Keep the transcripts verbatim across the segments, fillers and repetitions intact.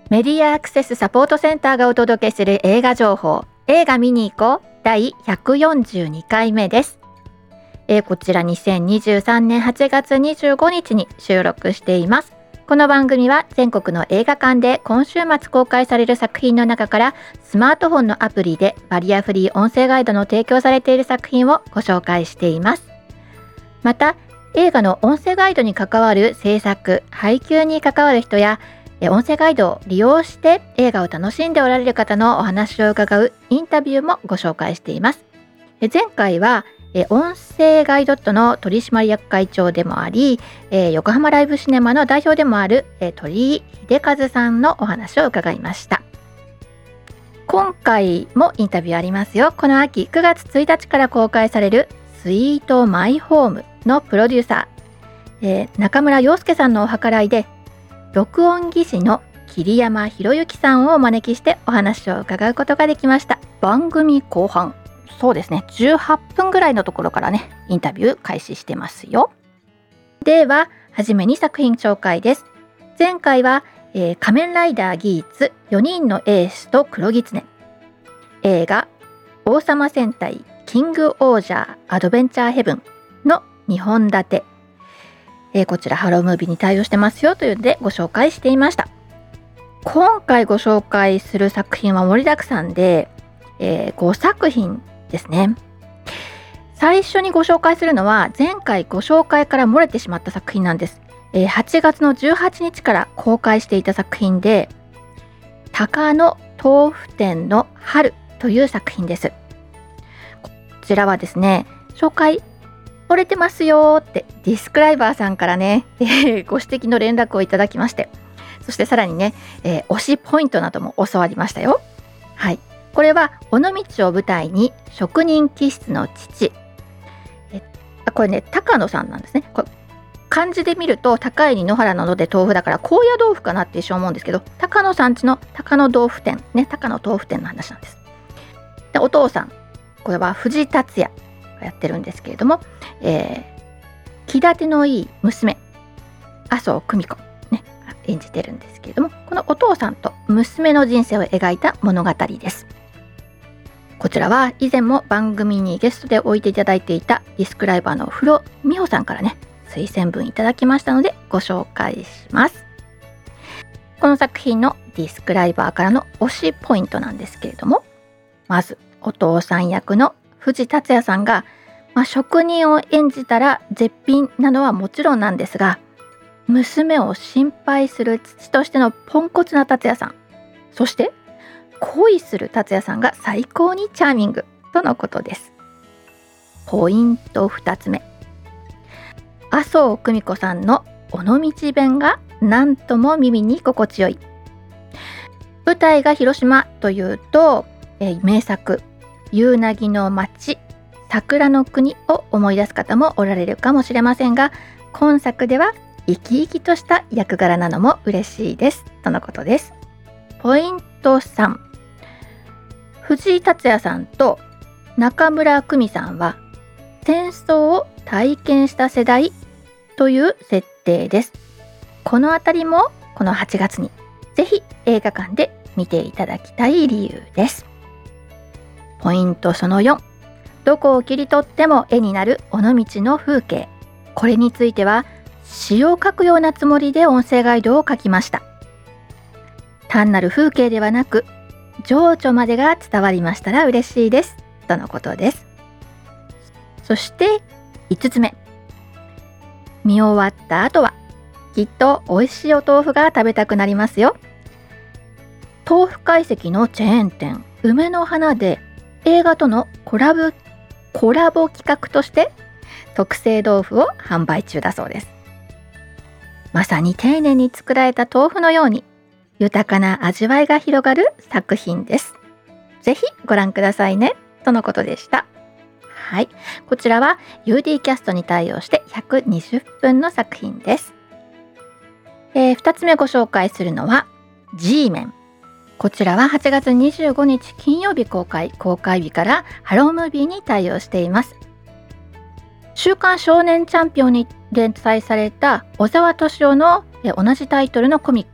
メディアアクセスサポートセンターがお届けする映画情報、映画見に行こうだいひゃくよんじゅうにかいめです。えー、こちらにせんにじゅうさんねんはちがつにじゅうごにちに収録しています。この番組は全国の映画館で今週末公開される作品の中からスマートフォンのアプリでバリアフリー音声ガイドの提供されている作品をご紹介しています。また映画の音声ガイドに関わる制作、配給に関わる人や音声ガイドを利用して映画を楽しんでおられる方のお話を伺うインタビューもご紹介しています。前回は音声ガイドットの取締役会長でもあり、横浜ライブシネマの代表でもある鳥居秀和さんのお話を伺いました。今回もインタビューありますよ。この秋くがつついたちから公開されるスイートマイホームのプロデューサー、えー、中村陽介さんのお計らいで録音技師の桐山博之さんをお招きしてお話を伺うことができました。番組後半、そうですね、じゅうはっぷんぐらいのところからねインタビュー開始してますよ。でははじめに作品紹介です。前回は、えー、仮面ライダーギーツよにんのエースと黒狐、映画王様戦隊キングオージャーアドベンチャーヘブンのにほん立て、えー、こちらハロームービーに対応してますよというのでご紹介していました。今回ご紹介する作品は盛りだくさんで、えー、ごさくひんですね。最初にご紹介するのは前回ご紹介から漏れてしまった作品なんです。えー、はちがつのじゅうはちにちから公開していた作品で高野豆腐店の春という作品です。こちらはですね、紹介漏れてますよってディスクライバーさんからね、えー、ご指摘の連絡をいただきまして、そしてさらにね、えー、推しポイントなども教わりましたよ。はい、これは尾道を舞台に職人気質の父、えこれね高野さんなんですね。これ漢字で見ると高いに野原の野で豆腐だから高野豆腐かなって一瞬思うんですけど、高野さん家の高野豆腐店ね、高野豆腐店の話なんです。でお父さん、これは藤達也がやってるんですけれども、えー、気立てのいい娘麻生久美子ね演じてるんですけれども、このお父さんと娘の人生を描いた物語です。こちらは以前も番組にゲストで置いていただいていたディスクライバーの風呂美穂さんからね推薦文いただきましたのでご紹介します。この作品のディスクライバーからの推しポイントなんですけれども、まずお父さん役の藤達也さんが、まあ、職人を演じたら絶品なのはもちろんなんですが、娘を心配する父としてのポンコツな達也さん、そして恋する達也さんが最高にチャーミングとのことです。ポイントふたつめ、麻生久美子さんの尾道弁がなんとも耳に心地よい。舞台が広島というと、えー、名作夕凪の町桜の国を思い出す方もおられるかもしれませんが、今作では生き生きとした役柄なのも嬉しいですとのことです。ポイントさん、藤井達也さんと中村久美さんは戦争を体験した世代という設定です。このあたりもこのはちがつにぜひ映画館で見ていただきたい理由です。ポイントそのよん、どこを切り取っても絵になる尾道の風景。これについては詩を書くようなつもりで音声ガイドを書きました。単なる風景ではなく情緒までが伝わりましたら嬉しいですとのことです。そしていつつめ、見終わった後はきっと美味しいお豆腐が食べたくなりますよ。豆腐懐石のチェーン店梅の花で映画とのコラボコラボ企画として特製豆腐を販売中だそうです。まさに丁寧に作られた豆腐のように豊かな味わいが広がる作品です。ぜひご覧くださいねとのことでした。はい、こちらは ユーディー キャストに対応してひゃくにじゅっぷんの作品です。えー、ふたつめご紹介するのは G メン。こちらははちがつにじゅうごにち金曜日公開、公開日からハロームービーに対応しています。週刊少年チャンピオンに連載された小沢敏夫の同じタイトルのコミック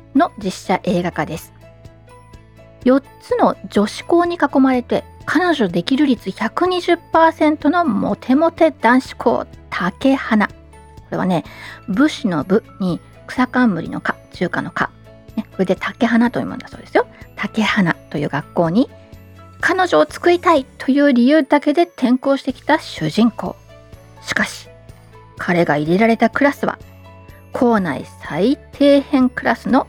の実写映画化です。よっつの女子校に囲まれて彼女できる率 ひゃくにじゅっパーセント のモテモテ男子校竹花。これはね、武士の武に草冠の花、中華の花、ね、これで竹花と読むんだそうですよ。竹花という学校に彼女を作りたいという理由だけで転校してきた主人公。しかし彼が入れられたクラスは校内最底辺クラスの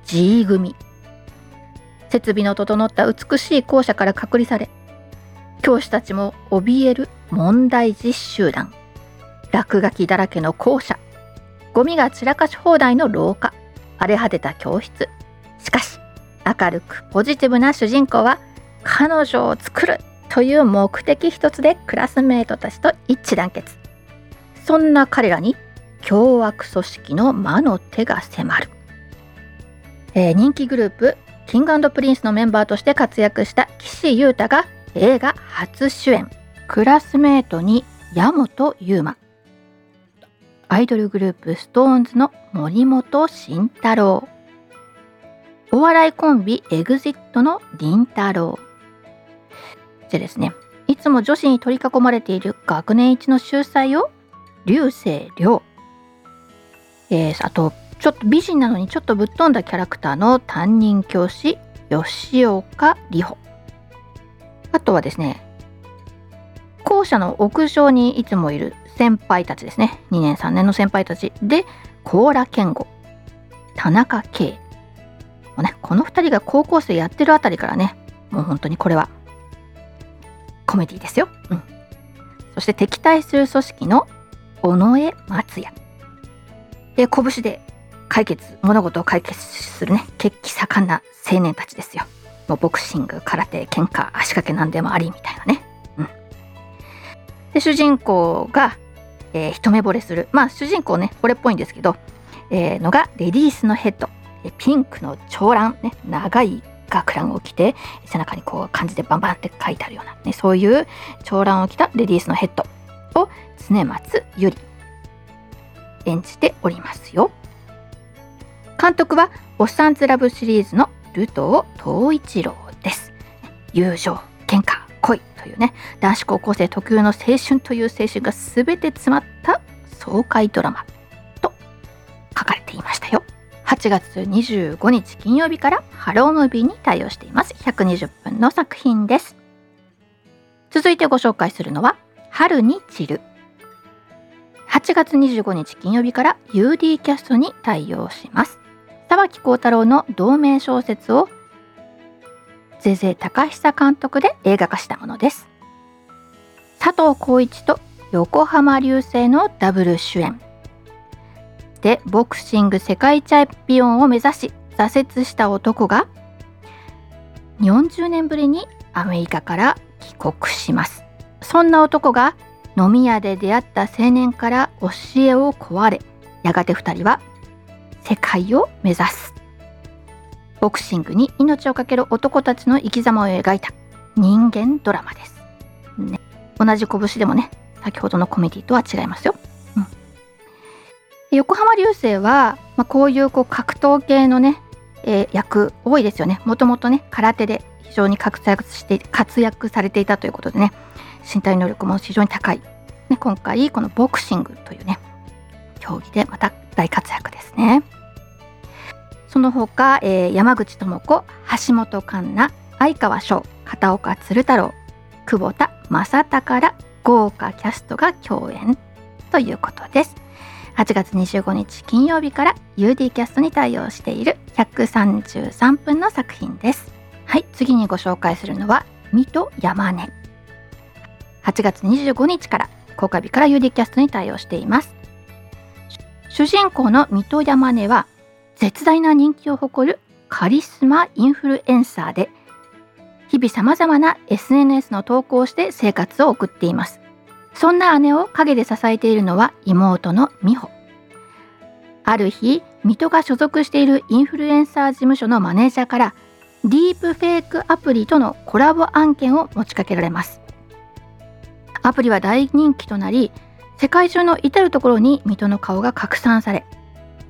G 組。設備の整った美しい校舎から隔離され、教師たちも怯える問題児集団、落書きだらけの校舎、ゴミが散らかし放題の廊下、荒れ果てた教室。しかし明るくポジティブな主人公は彼女を作るという目的一つでクラスメートたちと一致団結。そんな彼らに凶悪組織の魔の手が迫る。えー、人気グループキング&プリンスのメンバーとして活躍した岸優太が映画初主演。クラスメートに矢本悠馬、アイドルグループストーンズの森本慎太郎、お笑いコンビエグジットの凛太郎でですね、いつも女子に取り囲まれている学年一の秀才を流星涼、えー、あとちょっと美人なのにちょっとぶっ飛んだキャラクターの担任教師吉岡里帆、あとはですね、校舎の屋上にいつもいる先輩たちですね、にねんさんねんの先輩たちで高良健吾、田中圭、もうね、このふたりが高校生やってるあたりからね、もう本当にこれはコメディですよ、うん、そして敵対する組織の尾上松也で、拳で解決物事を解決するね、血気盛んな青年たちですよ。もうボクシング、空手、喧嘩、足掛けなんでもありみたいなね、うん、で主人公が、えー、一目惚れする、まあ主人公ねこれっぽいんですけど、えー、のがレディースのヘッド、ピンクの長ラン、ね、長い学ランを着て背中にこう漢字でバンバンって書いてあるような、ね、そういう長ランを着たレディースのヘッドを常松ゆり演じておりますよ。監督はおっさんずラブシリーズのルトー東一郎です。友情、喧嘩、恋というね、男子高校生特有の青春という青春が全て詰まった爽快ドラマと書かれていましたよ。はちがつにじゅうごにち金曜日からハロームービーに対応しています。ひゃくにじゅっぷんの作品です。続いてご紹介するのは春に散る。はちがつにじゅうごにち金曜日から ユーディー キャストに対応します。沢木耕太郎の同名小説を瀬々隆久監督で映画化したものです。佐藤浩市と横浜流星のダブル主演で、ボクシング世界チャンピオンを目指し挫折した男がよんじゅうねんぶりにアメリカから帰国します。そんな男が飲み屋で出会った青年から教えを請われ、やがてふたりは世界を目指す。ボクシングに命を懸ける男たちの生き様を描いた人間ドラマです、ね、同じ拳でもね、先ほどのコメディとは違いますよ、うん、横浜流星は、まあ、こういうこう格闘系のね、えー、役多いですよね。もともとね空手で非常に活躍して活躍されていたということでね、身体能力も非常に高い、ね、今回このボクシングというね競技でまた大活躍ですね。その他、えー、山口智子、橋本環奈、相川翔、片岡鶴太郎、久保田正孝ら豪華キャストが共演ということです。はちがつにじゅうごにち金曜日から ユーディー キャストに対応しているひゃくさんじゅうさんぷんの作品です。はい、次にご紹介するのは水戸山根。はちがつにじゅうごにちから公開日から ユーディー キャストに対応しています。主人公の水戸山根は絶大な人気を誇るカリスマインフルエンサーで、日々さまざまな エスエヌエス の投稿をして生活を送っています。そんな姉を陰で支えているのは妹の美穂。ある日、水戸が所属しているインフルエンサー事務所のマネージャーからディープフェイクアプリとのコラボ案件を持ちかけられます。アプリは大人気となり、世界中の至るところに水戸の顔が拡散され、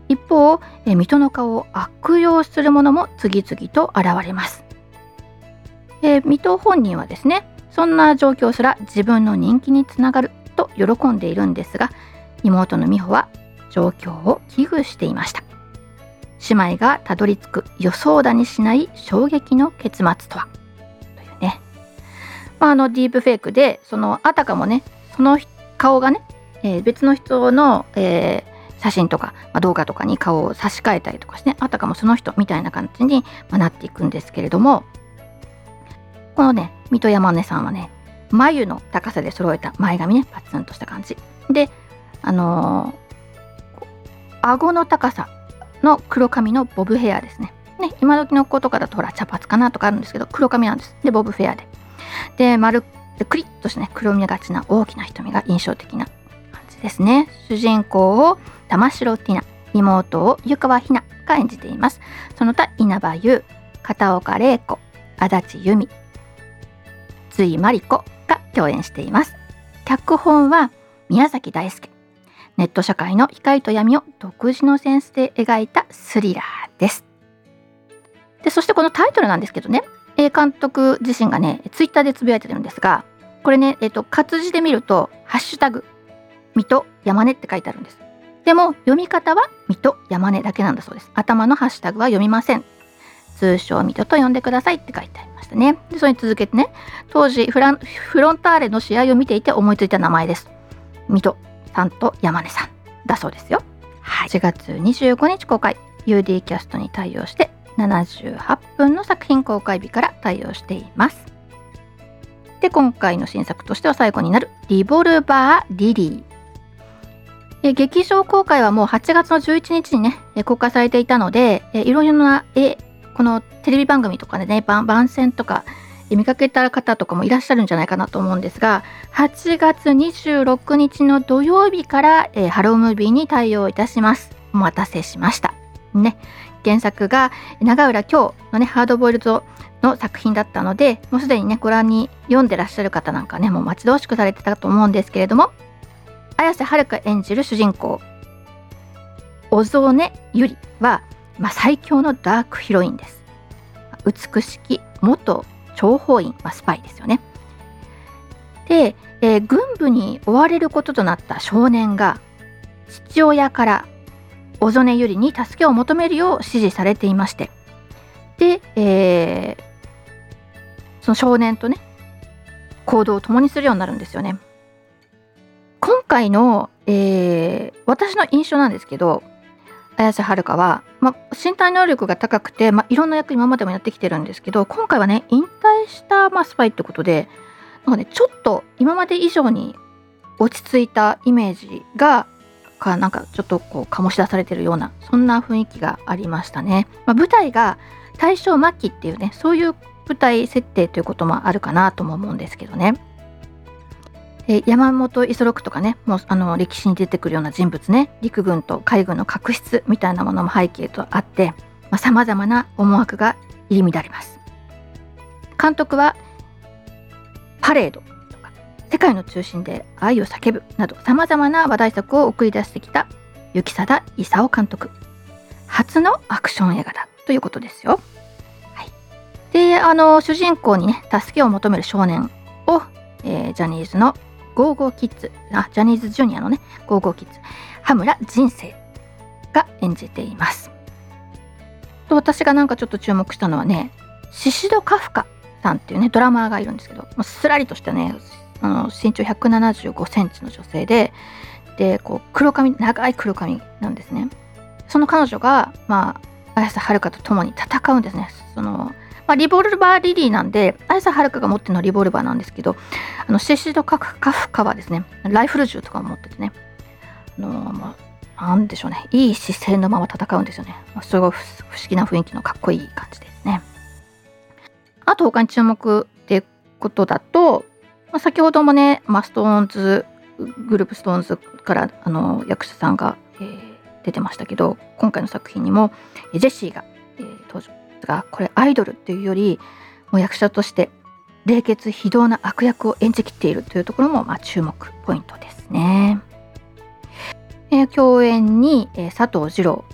一方、え水戸の顔を悪用する者も次々と現れます。え水戸本人はですね、そんな状況すら自分の人気につながると喜んでいるんですが、妹の美穂は状況を危惧していました。姉妹がたどり着く予想だにしない衝撃の結末とは、というね、まあ、あのディープフェイクでそのあたかもね、その顔がね、えー、別の人の、えー、写真とか、まあ、動画とかに顔を差し替えたりとかしてね、あたかもその人みたいな感じに、まあ、なっていくんですけれども、このね水戸山根さんはね、眉の高さで揃えた前髪ね、パツンとした感じで、あのー、顎の高さの黒髪のボブヘアですね。ね、今時の子とかだとほら茶髪かなとかあるんですけど、黒髪なんです。でボブヘアで、で丸でクリッとしてね、黒みがちな大きな瞳が印象的な感じですね。主人公を玉城ティナ、妹を湯川ひなが演じています。その他稲葉優、片岡玲子、足立由美、津真理子が共演しています。脚本は宮崎大輔。ネット社会の光と闇を独自のセンスで描いたスリラーです。でそしてこのタイトルなんですけどね、監督自身がねツイッターでつぶやいてるんですが、これね、えっと、活字で見るとハッシュタグ水戸山根って書いてあるんです。でも読み方は水戸山根だけなんだそうです。頭のハッシュタグは読みません。通称水戸と呼んでくださいって書いてありましたね。でそれに続けてね、当時フランフロンターレの試合を見ていて思いついた名前です。水戸さんと山根さんだそうですよ。はい、しがつにじゅうごにち公開、 ユーディー キャストに対応してななじゅうはっぷんの作品公開日から対応しています。で今回の新作としては最後になるリボルバー・リリー。え劇場公開はもうはちがつのじゅういちにちにね公開されていたので、えいろいろなえこのテレビ番組とかでね、番宣とか見かけた方とかもいらっしゃるんじゃないかなと思うんですが、はちがつにじゅうろくにちの土曜日から、えー、ハロームービーに対応いたします。お待たせしましたね。原作が永浦恭のねハードボイルドの作品だったので、もうすでにねご覧に読んでらっしゃる方なんかねもう待ち遠しくされてたと思うんですけれども、綾瀬はるか演じる主人公小曽根百合は、まあ、最強のダークヒロインです。美しき元諜報員、まあ、スパイですよね。で、えー、軍部に追われることとなった少年が父親から小曽根百合に助けを求めるよう指示されていまして、で、えー、その少年とね行動を共にするようになるんですよね。今回の、えー、私の印象なんですけど、綾瀬はるかは、ま、身体能力が高くて、ま、いろんな役今までもやってきてるんですけど、今回はね引退した、ま、スパイってことで、なんかねちょっと今まで以上に落ち着いたイメージがかなんかちょっとこう醸し出されてるような、そんな雰囲気がありましたね。まあ、舞台が大正末期っていうね、そういう舞台設定ということもあるかなとも思うんですけどね。え山本五十六とかね、もうあの歴史に出てくるような人物ね、陸軍と海軍の確執みたいなものも背景とあって、さまざ、まな思惑が入り乱れます。監督はパレードとか世界の中心で愛を叫ぶなどさまざまな話題作を送り出してきた行定勲監督、初のアクション映画だということですよ。はい、であの主人公にね助けを求める少年を、えー、ジャニーズのゴーゴーキッズ、あジャニーズジュニアのねゴーゴーキッズ羽村仁成が演じています。と私がなんかちょっと注目したのはね、シシド・カフカさんっていうねドラマーがいるんですけど、すらりとしたねあの身長ひゃくななじゅうごセンチの女性で、でこう黒髪、長い黒髪なんですね。その彼女が、まあ、綾瀬はるかと共に戦うんですね。そのまあ、リボルバーリリーなんで綾瀬はるかが持ってるのはリボルバーなんですけど、あのシシド・カフカはですねライフル銃とかを持っててね、あのまあ、なんでしょうね、いい姿勢のまま戦うんですよね。すごい不思議な雰囲気のかっこいい感じですね。あと他に注目っていうことだと、まあ、先ほどもね、まあ、ストーンズグループストーンズからあの役者さんが、えー、出てましたけど、今回の作品にもジェシーが、えー、登場が、これアイドルっていうよりもう役者として冷血非道な悪役を演じきっているというところも、まあ、注目ポイントですね。えー、共演に、えー、佐藤二朗、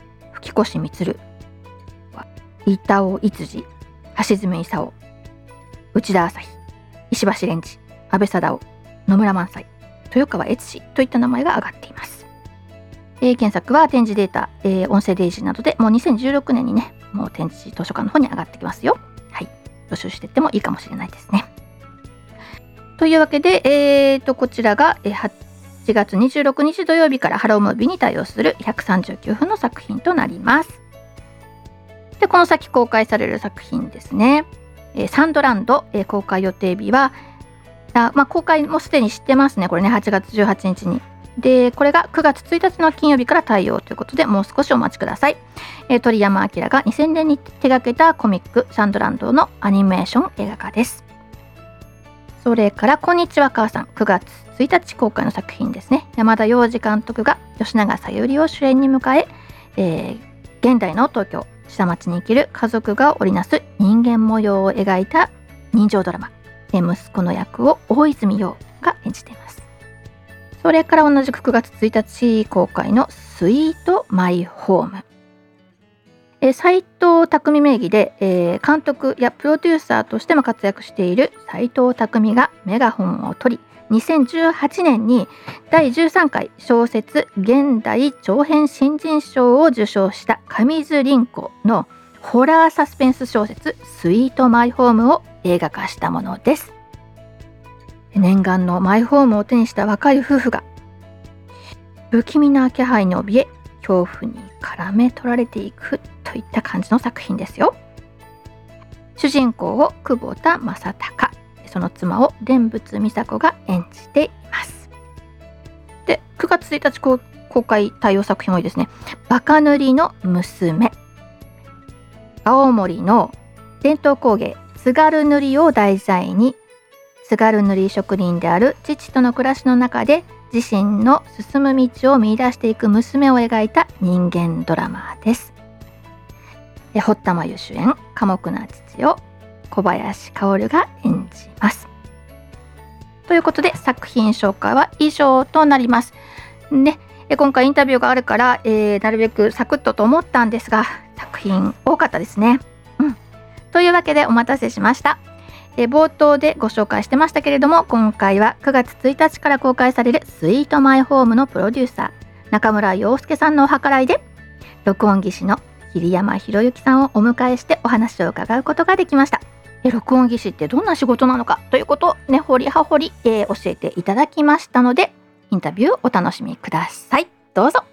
秋越満、板尾逸司、橋爪功、内田朝日、石橋蓮司、安倍貞夫、野村萬斎、豊川悦司といった名前が挙がっています。えー、検索は展示データ、えー、音声デイジーなどでもうにせんじゅうろくねんにね、もう展示図書館の方に上がってきますよ。はい、予習していってもいいかもしれないですね。というわけで、えー、とこちらがはちがつにじゅうろくにち土曜日からハロームービーに対応するひゃくさんじゅうきゅうふんの作品となります。で、この先公開される作品ですね。えー、サンドランド、えー、公開予定日はあ、まあ、公開もすでに知ってますね。これね、はちがつじゅうはちにちに。で、これがくがつついたちの金曜日から対応ということで、もう少しお待ちください。えー、鳥山明がにせんねんに手掛けたコミックサンドランドのアニメーション映画化です。それから、こんにちは母さん、くがつついたち公開の作品ですね。山田洋次監督が吉永小百合を主演に迎え、えー、現代の東京下町に生きる家族が織りなす人間模様を描いた人情ドラマ。息子の役を大泉洋が演じています。それから同じくくがつついたち公開のスイートマイホーム。斎藤工名義で、えー、監督やプロデューサーとしても活躍している斎藤工がメガホンを取り、にせんじゅうはちねんにだいじゅうさんかい小説現代長編新人賞を受賞した上津凛子のホラーサスペンス小説スイートマイホームを映画化したものです。念願のマイホームを手にした若い夫婦が不気味な気配に怯え、恐怖に絡め取られていくといった感じの作品ですよ。主人公を久保田正孝、その妻を蓮佛美佐子が演じています。で、くがつついたち公開対応作品多いですね。バカ塗りの娘、青森の伝統工芸津軽塗を題材に、津軽塗職人である父との暮らしの中で自身の進む道を見出していく娘を描いた人間ドラマです。堀田真由主演、寡黙な父を小林薫が演じます。ということで、作品紹介は以上となりますね。今回インタビューがあるから、えー、なるべくサクッとと思ったんですが、作品多かったですね。うん。というわけでお待たせしました。え冒頭でご紹介してましたけれども、今回はくがつついたちから公開されるスイートマイホームのプロデューサー中村洋介さんのお計らいで、録音技師の桐山博之さんをお迎えしてお話を伺うことができました。え録音技師ってどんな仕事なのかということをね、掘り葉掘り、えー、教えていただきましたので、インタビューをお楽しみください。どうぞ。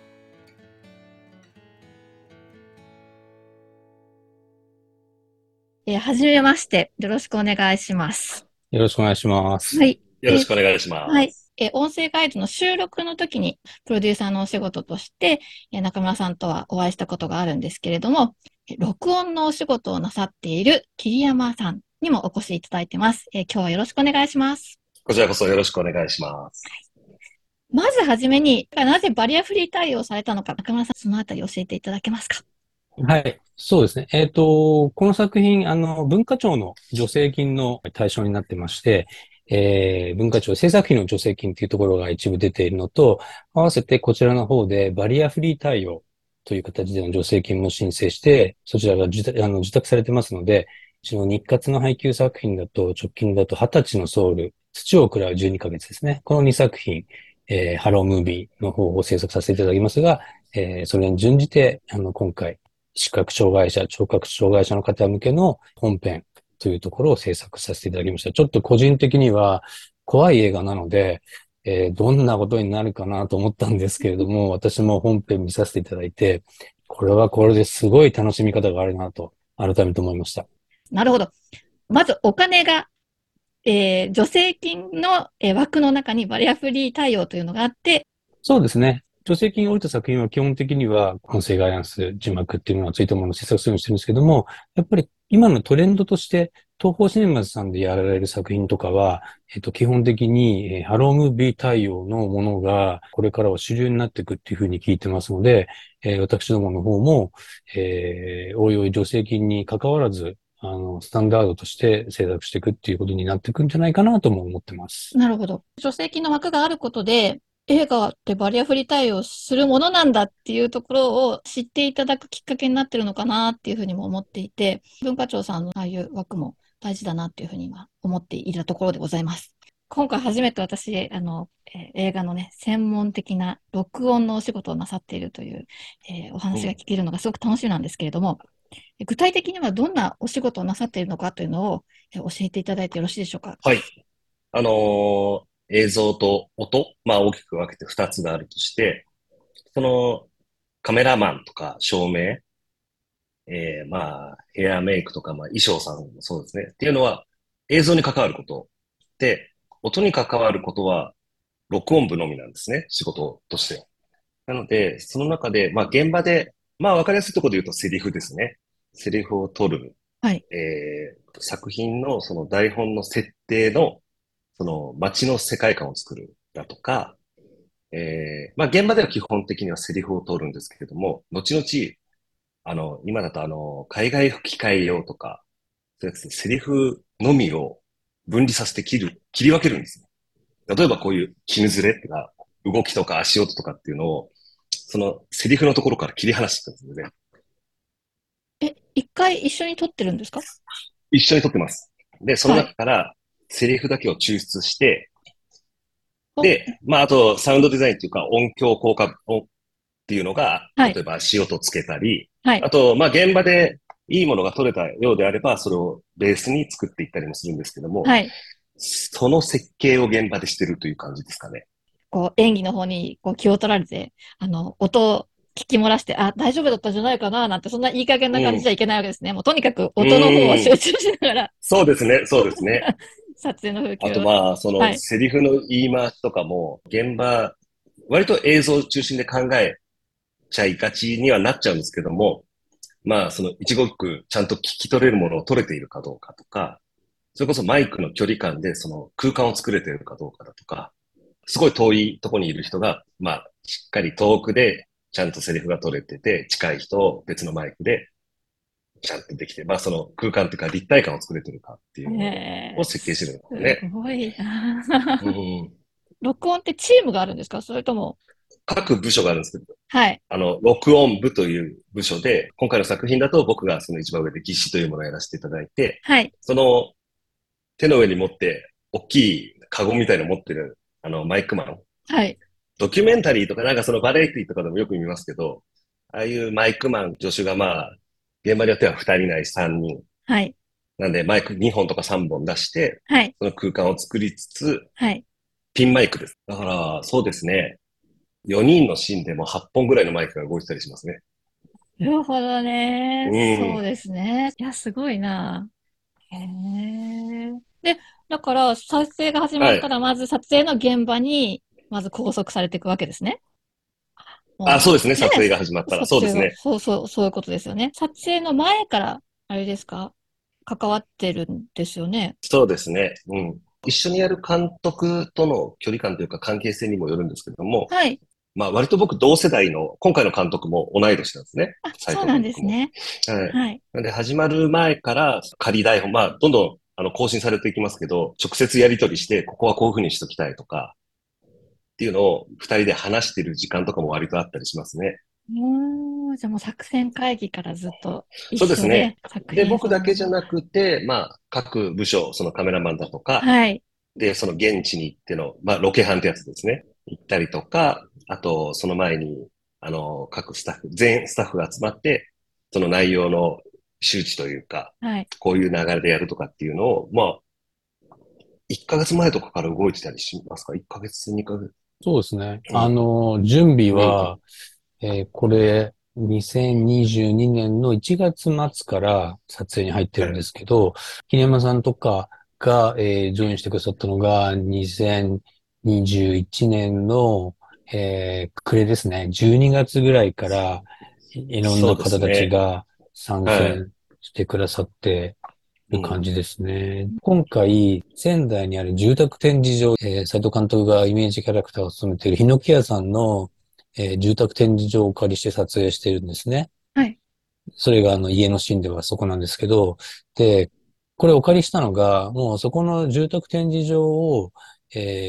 えー、はじめまして、よろしくお願いします。 よろしくお願いします。 はい。よろしくお願いします。 はい。えー、音声ガイドの収録の時に、プロデューサーのお仕事として、えー、中村さんとはお会いしたことがあるんですけれども、録音のお仕事をなさっている桐山さんにもお越しいただいてます。えー、今日はよろしくお願いします。 こちらこそよろしくお願いします。 はい、まずはじめに、なぜバリアフリー対応されたのか、中村さん、そのあたり教えていただけますか？ はい。そうですね。えっと、この作品、あの、文化庁の助成金の対象になってまして、えー、文化庁制作費の助成金っていうところが一部出ているのと、合わせてこちらの方でバリアフリー対応という形での助成金も申請して、そちらが受託、あの受託されてますので、うちの日活の配給作品だと、直近だとはたちのソウル、土を喰らうじゅうにかげつですね。このにさく品、えー、ハロームービーの方を制作させていただきますが、えー、それに準じて、あの、今回、視覚障害者、聴覚障害者の方向けの本編というところを制作させていただきました。ちょっと個人的には怖い映画なので、えー、どんなことになるかなと思ったんですけれども、私も本編見させていただいて、これはこれですごい楽しみ方があるなと、改めて思いました。 なるほど。まずお金が、えー、助成金の、えー、枠の中にバリアフリー対応というのがあって、 そうですね。助成金を降りた作品は基本的には音声ガイダンス、字幕っていうのがついたものを制作するようにしてるんですけども、やっぱり今のトレンドとして東宝シネマズさんでやられる作品とかは、えっと、基本的に、えー、ハロームービー対応のものがこれからは主流になっていくっていうふうに聞いてますので、えー、私どもの方も、えー、おいおい助成金に関わらず、あの、スタンダードとして制作していくっていうことになっていくんじゃないかなとも思ってます。 なるほど。助成金の枠があることで、 映画ってバリアフリー対応するものなんだっていうところを知っていただくきっかけになってるのかなっていうふうにも思っていて、文化庁さんのああいう枠も大事だなっていうふうに今思っているところでございます。今回初めて私、あの、えー映画のね、専門的な録音のお仕事をなさっているという、えーお話が聞けるのがすごく楽しみなんですけれども、え具体的にはどんなお仕事をなさっているのかというのを、えー教えていただいてよろしいでしょうか。 はい。あのー映像と音、まあ大きく分けて二つがあるとして、そのカメラマンとか照明、えー、まあヘアメイクとか、まあ衣装さんもそうですね。っていうのは映像に関わることで、音に関わることは録音部のみなんですね。仕事としては。なので、その中で、まあ現場で、まあ分かりやすいところで言うとセリフですね。セリフを取る。 はい。 えー、作品のその台本の設定のその街の世界観を作るだとか、えー、まあ現場では基本的にはセリフを取るんですけれども、後々、あの、今だとあの、海外吹き替え用とか、そういうやつでセリフのみを分離させて切る、切り分けるんですね。例えばこういう絹ずれとか、動きとか足音とかっていうのを、そのセリフのところから切り離していくんですよね。 え、一回一緒に撮ってるんですか？ 一緒に撮ってます。で、そのはい。 中からセリフだけを抽出して、 お、 で、まあ、あと、サウンドデザインっていうか、音響効果音っていうのが、 はい。 例えば足音つけたり、 はい。 あと、まあ、現場でいいものが撮れたようであれば、それをベースに作っていったりもするんですけども、 はい。 その設計を現場でしてるという感じですかね。 こう、演技の方にこう気を取られて、あの、音を聞き漏らして、あ、大丈夫だったんじゃないかな、なんて、そんないい加減な感じうん。 じゃいけないわけですね。もうとにかくう音の方を集ん。 中しながら、 そうですね、そうですね。 撮影の風あ景を。 とまあ、そはい。 のセリフの言い回しとかも、現場、割と映像中心で考えちゃいがちにはなっちゃうんですけども、まあ、その一語一句ちゃんと聞き取れるものを取れているかどうかとか、それこそマイクの距離感でその空間を作れているかどうかだとか、すごい遠いところにいる人が、まあ、しっかり遠くでちゃんとセリフが取れてて、近い人を別のマイクでちゃんとできて、まあその空間っていうか立体感を作れてるかっていうのをえー、 設計してるんですすね。 ごいな。 うん。 録音ってチームがあるんですか？それとも、 各部署があるんですけど、 はい。 あの、録音部という部署で、今回の作品だと僕がその一番上で技師というものをやらせていただいて、 はい。 その手の上に持って、大きいカゴみたいなの持ってる、あの、マイクマン。 はい。 ドキュメンタリーとかなんかそのバラエティとかでもよく見ますけど、ああいうマイクマン助手がまあ、現場によってはふたりないさんにん。 はい。 なんでマイクにほんとかさんぼん出して、 はい。 その空間を作りつつ、 はい。 ピンマイクです。だから、そうですね。よにんのシーンでもはっぽんぐらいのマイクが動いてたりしますね。 なるほどね。 うん。 そうですね。いや、すごいな。へえ。で、だから、撮影が始まはい。 ったら、まず撮影の現場に、まず拘束されていくわけですね。 あ、そうですね。 もう、ね、 撮影が始まったら。 撮影が、 そうですね。 そうそう、そういうことですよね。撮影の前から、あれですか、関わってるんですよね。 そうですね。うん。一緒にやる監督との距離感というか関係性にもよるんですけども、 はい。 まあ割と僕同世代の、今回の監督も同い年なんですね。 あ、 斉そうなん藤監督も。 ですね。 はい。 はい。 なんで始まる前から仮台本、まあどんどんあの更新されていきますけど、直接やり取りして、ここはこういうふうにしときたいとか、っていうのを二人で話してる時間とかも割とあったりしますね。 おー、じゃあもう作戦会議からずっと一そうですね。 緒で作で、 品そ僕だけじゃのもの。 なくて、まあ各部署、そのカメラマンだとか、 はい。 で、その現地に行っての、まあ、ロケハンってやつですね。行ったりとか、あと、その前に、あの、各スタッフ、全スタッフが集まって、その内容の周知というか、 はい。 こういう流れでやるとかっていうのを、まあ、いっかげつまえとかから動いてたりしますか？ いっ ヶ月、にかげつ。 そうですね。 うん。 あの、準備うん。 は、えーこれ、にせんにじゅうにねんのいちがつ末から撮影に入ってるんではい。 すけど、桐山さんとかが、えージョインしてくださったのがにせんにじゅういちねんの、えー暮れですね。じゅうにがつぐらいからいいろんそうでな方たちすね。 が参はい。 戦してくださってうん。 る感じですね。今回、仙台にある住宅展示場、えー、斉藤監督がイメージキャラクターを務めているヒノキ屋さんの、えー住宅展示場をお借りして撮影してるんですね。 はい。 それがあの家のシーンではそこなんですけど、で、これお借りしたのが、もうそこの住宅展示場を、えー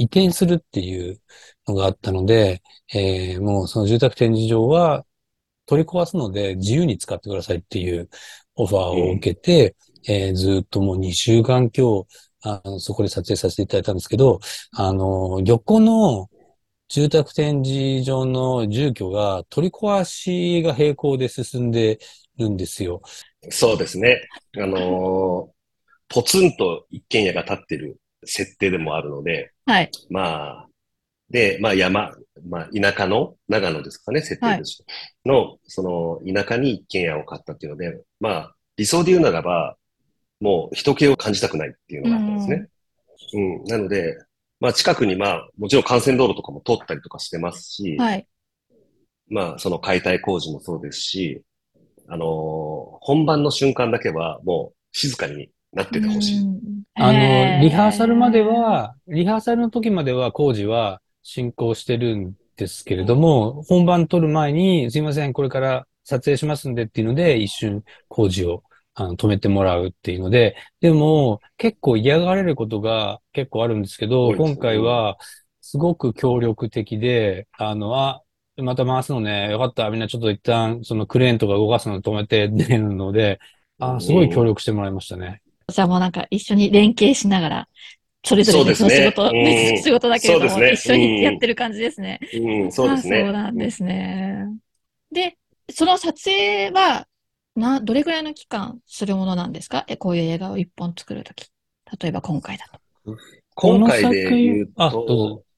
移転するっていうのがあったので、えーもうその住宅展示場は取り壊すので自由に使ってくださいっていうオファーを受けて、えーずっともうにしゅうかん強、あの、そこで撮影させていただいたんですけど、あの、横の住宅展示場の住居が取り壊しが並行で進んでるんですよ。 そうですね。あのーポツンと一軒家が建ってる設定でもあるので、 はい。 まあ、で、まあ山、まあ田舎の、長野ですかね、設定はい。 です。の、その田舎に一軒家を買ったっていうので、まあ理想で言うならば、もう人気を感じたくないっていうのうがあったんですん。 ね。うん。なので、まあ近くにまあもちろん幹線道路とかも通ったりとかしてますし、 はい。 まあその解体工事もそうですし、あのー本番の瞬間だけはもう静かになっうててほしい。 ん。へあの、リハーサルまでえ。 は、リハーサルの時までは工事は進行してるんですけれども、本番撮る前に、すいません、これから撮影しますんでっていうので、一瞬工事をあの止めてもらうっていうので、でも結構嫌がられることが結構あるんですけど、今多いんですよ。うん。 回はすごく協力的で、あの、あ、また回すのね、よかった、みんなちょっと一旦そのクレーンとか動かすの止めてっていうので、あ、すごい協うん。 力してもらいましたね。 じゃあもうなんか一緒に連携しながら、それぞれそうで別の仕すね。 事、別のうん。 仕事だけれども、一そうですね。 緒にやっうん。 てる感じですね。 うん。そうああ、 ですね。 そうなんうん。 ですね。で、その撮影は、な、どれぐらいの期間するものなんですか？え、こういう映画を一本作るとき。例えば今回だと。 この今回作品、 で言うあ、どうぞ。 と、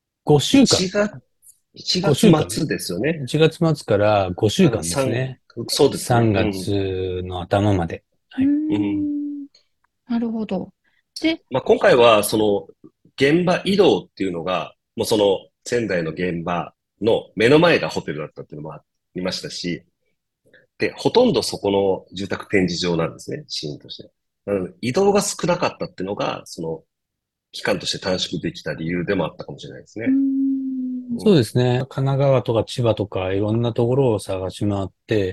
5週間。 1月、1 5 月週間。 末ですよね。 いちがつ末から5週あの、 間ですさん、 ね。 そうですね。 3 うん。 月の頭まで。 うーはい。 うん。 ん。なるほど。で、 まあ、今回は、その、現場移動っていうのが、もうその、仙台の現場の目の前がホテルだったっていうのもありましたし、で、ほとんどそこの住宅展示場なんですね、シーンとして。なので、移動が少なかったっていうのが、その、期間として短縮できた理由でもあったかもしれないですうーね。 ん。 うん。 そうですね。神奈川とか千葉とかいろんなところを探し回って、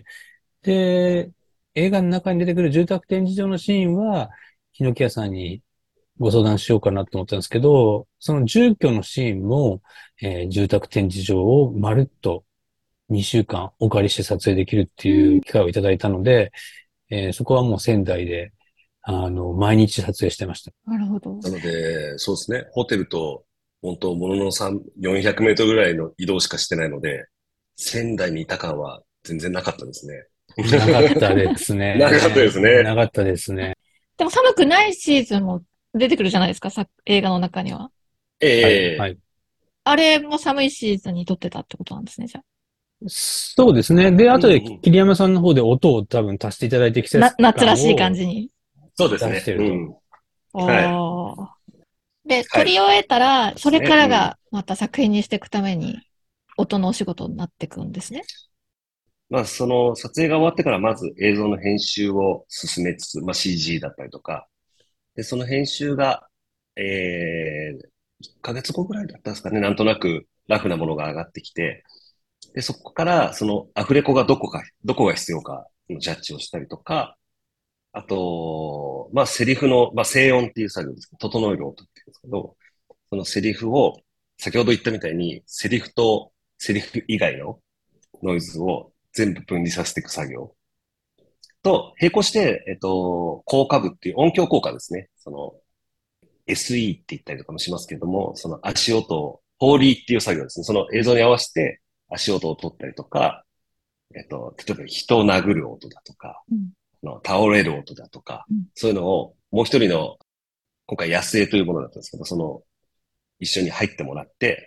で、映画の中に出てくる住宅展示場のシーンは、ヒノキ屋さんにご相談しようかなと思ったんですけど、その住居のシーンも、えー住宅展示場をまるっとにしゅうかんお借りして撮影できるっていう機会をいただいたので、えーそこはもう仙台で、あの、毎日撮影してました。 なるほど。 なので、そうですね。ホテルと、本当もののさん、よんひゃくメートルぐらいの移動しかしてないので、仙台にいた感は全然なかったですね。 なかったですなかったでね。 すね。 なかったですね。 でも寒くないシーズンも出てくるじゃないですか、さ、映画の中には。 はい、 ええ、 はい。 あれも寒いシーズンに撮ってたってことなんですね、じゃそうですね。で、後でうんうん。 桐山さんの方で音を多分足していただいて季あ。な、 節夏らしい感感をじに。 そうですね。 出してると。 うん。はい。 おー。で、撮はい。 り終えたら、それかですね。うん。 らがまた作品にしていくために、音のお仕事になっていくんですね。 まあ、その撮影が終わってからまず映像の編集を進めつつ、まあ シージー だったりとか、で、その編集が、ええ、いっかげつごぐらいだったんですかね。なんとなくラフなものが上がってきて、で、そこから、そのアフレコがどこか、どこが必要かのジャッジをしたりとか、あと、まあ、セリフの、まあ、静音っていう作業ですけど、整える音っていうんですけど、そのセリフを、先ほど言ったみたいに、セリフとセリフ以外のノイズを全部分離させていく作業と、並行して、えっと、効果部っていう音響効果ですね。その、エスイー って言ったりとかもしますけども、その足音を、フォーリーっていう作業ですね。その映像に合わせて足音を取ったりとか、えっと、例えば人を殴る音だとか、 うん。 の倒れる音だとか、 うん。 そういうのをもう一人の、今回安江というものだったんですけど、その、一緒に入ってもらって、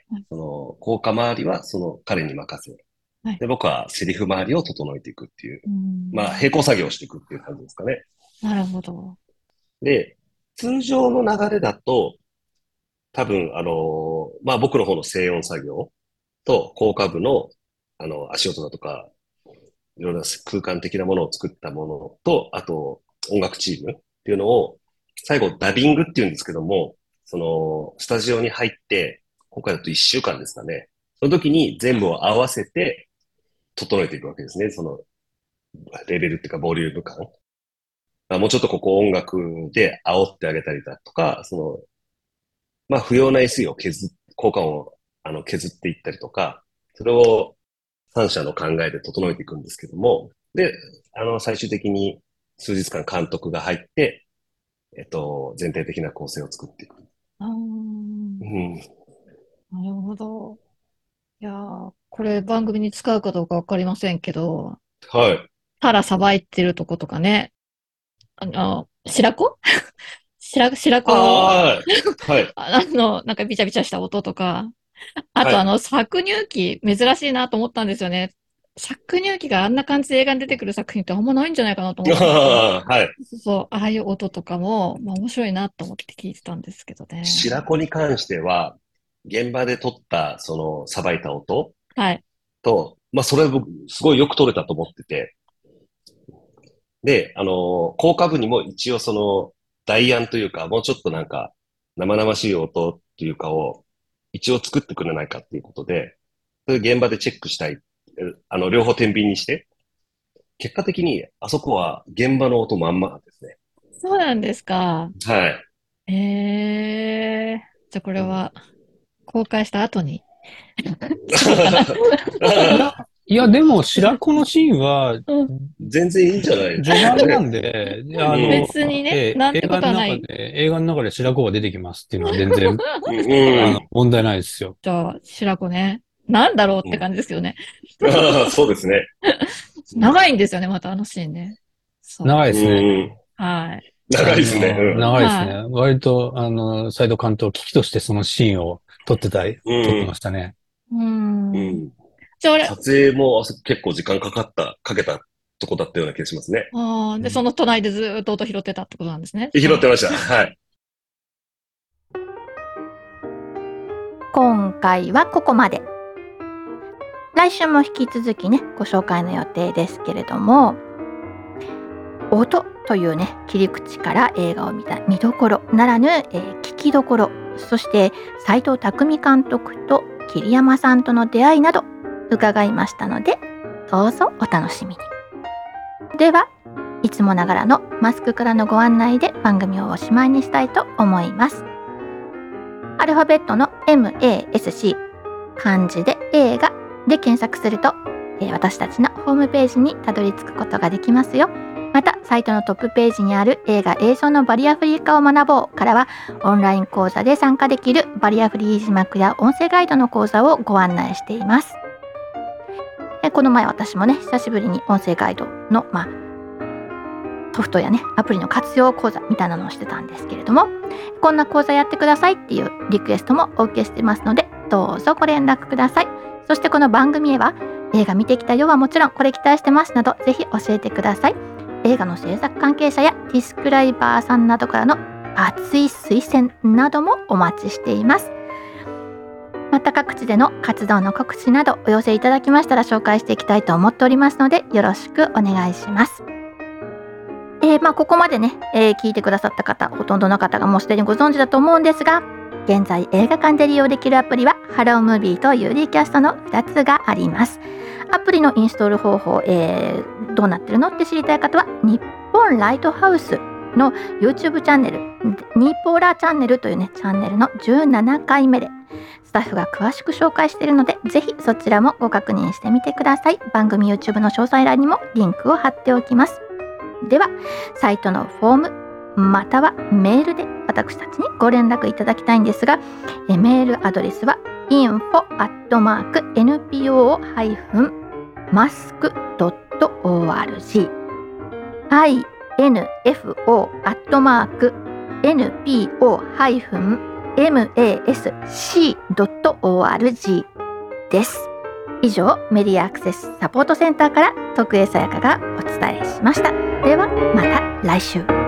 はい。 その、効果周りはその彼に任せ、 はい。 で、僕はセリフ周りを整えていくっていう、 うーまあ、 ん。 並行作業をしていくっていう感じですかね。 なるほど。 で、通常の流れだと、多分、あのまあ、僕の方の静音作業と、効果部の、あの、足音だとか、いろいろな空間的なものを作ったものと、あと、音楽チームっていうのを、最後、ダビングっていうんですけども、その、スタジオに入って、今回だといっしゅうかんですかね。その時に全部を合わせて、整えていくわけですね。その、レベルっていうか、ボリューム感。あもうちょっとここ音楽で煽ってあげたりだとか、その、 まあ不要な エスイー を削っ、効果音をあの削っていったりとか、それを三者の考えで整えていくんですけども、で、あの、最終的に数日間監督が入って、えっと、全体的な構成を作っていく。 あー、 うん。 なるほど。いやー、これ番組に使うかどうかわかりませんけど、 はい。 タラさばいてるとことかね、あの、白子白、白子の、 ああ、はい。 あの、なんかビチャビチャした音とか、あはい。 とあの、搾乳機、珍しいなと思ったんですよね。搾乳機があんな感じで映画に出てくる作品ってあんまないんじゃないかなと思ったんですよ。 ああ、はい。 そうそう、ああいう音とかも、まあ面白いなと思って聞いてたんですけどね。 白子に関しては、現場で撮った、その、さばいた音はい。 と、まあ、それ僕、すごいよく撮れたと思ってて、で、あの、効果部にも一応その、代案というか、もうちょっとなんか、生々しい音っていうかを、一応作ってくれないかっていうことで、それ現場でチェックしたい。えあの、両方天秤にして、結果的に、あそこは現場の音まんまなんですね。 そうなんですか。 はい。 ええ、じゃあこれは公開した後に使おうかな。 いや、いや、でも、白子のシーンは、 うん。 全然いいんじゃないです序かね。 盤なんで、であの、 別にね、 ええ映なんてこ画の中とはない。 で、映画の中で白子が出てきますっていうのは全然、 うん、 あの、 うん。 問題ないですよ。 じゃあ、白子ね。なんだろうってうん感じですけどね。 ああ、そうですね。 長いんですよね、またあのシーンね。そ長いでうすね。 ん。 う。はい。 長いですね。うあの、 ん。 長いですね。 はい。 割と、あの、斎藤監督、危機としてそのシーンを撮ってたり、 う撮ってまん。 したね。 うーん。 うん。 じゃあ、あれ、 撮影もあそこ結構時間かかった、かけたとこだったような気がしますね。 あーで、そうん、 の隣でずーっと音拾ってたってことなんですね。じゃあ、 拾ってました。はい。 今回はここまで。来週も引き続きね、ご紹介の予定ですけれども、音というね、切り口から映画を見た見どころならぬ、えー聞きどころ、そして斎藤工監督と桐山さんとの出会いなど伺いましたので、どうぞお楽しみに。では、いつもながらのマスクからのご案内で番組をおしまいにしたいと思います。アルファベットの エムエーエスシー、漢字で映画で検索すると、えー私たちのホームページにたどり着くことができますよ。また、サイトのトップページにある映画映像のバリアフリー化を学ぼうからは、オンライン講座で参加できるバリアフリー字幕や音声ガイドの講座をご案内しています。えこの前私もね、久しぶりに音声ガイドの、まあ、ソフトやね、アプリの活用講座みたいなのをしてたんですけれども、こんな講座やってくださいっていうリクエストもお受けしてますので、どうぞご連絡ください。そしてこの番組へは、映画見てきたよはもちろんこれ期待してますなど、ぜひ教えてください。映画の制作関係者やディスクライバーさんなどからの熱い推薦などもお待ちしています。また各地での活動の告知などお寄せいただきましたら紹介していきたいと思っておりますので、よろしくお願いします。えー、まあここまでね、えー聞いてくださった方、ほとんどの方がもうすでにご存知だと思うんですが、現在映画館で利用できるアプリはハロームービーと ユーディー キャストのふたつがあります。アプリのインストール方法、えー、どうなってるのって知りたい方は、日本ライトハウスの YouTube チャンネル、ニーポーラーチャンネルというね、チャンネルのじゅうななかいめでスタッフが詳しく紹介しているので、ぜひそちらもご確認してみてください。番組 YouTube の詳細欄にもリンクを貼っておきます。では、サイトのフォームまたはメールで私たちにご連絡いただきたいんですが、えメールアドレスは インフォ アットマーク エヌピーオー ハイフン マスク ドット オーアールジー インフォ アットマーク エヌピーオー ハイフン マスク ドット オーアールジー です。以上、メディアアクセスサポートセンターから徳江さやかがお伝えしました。ではまた来週。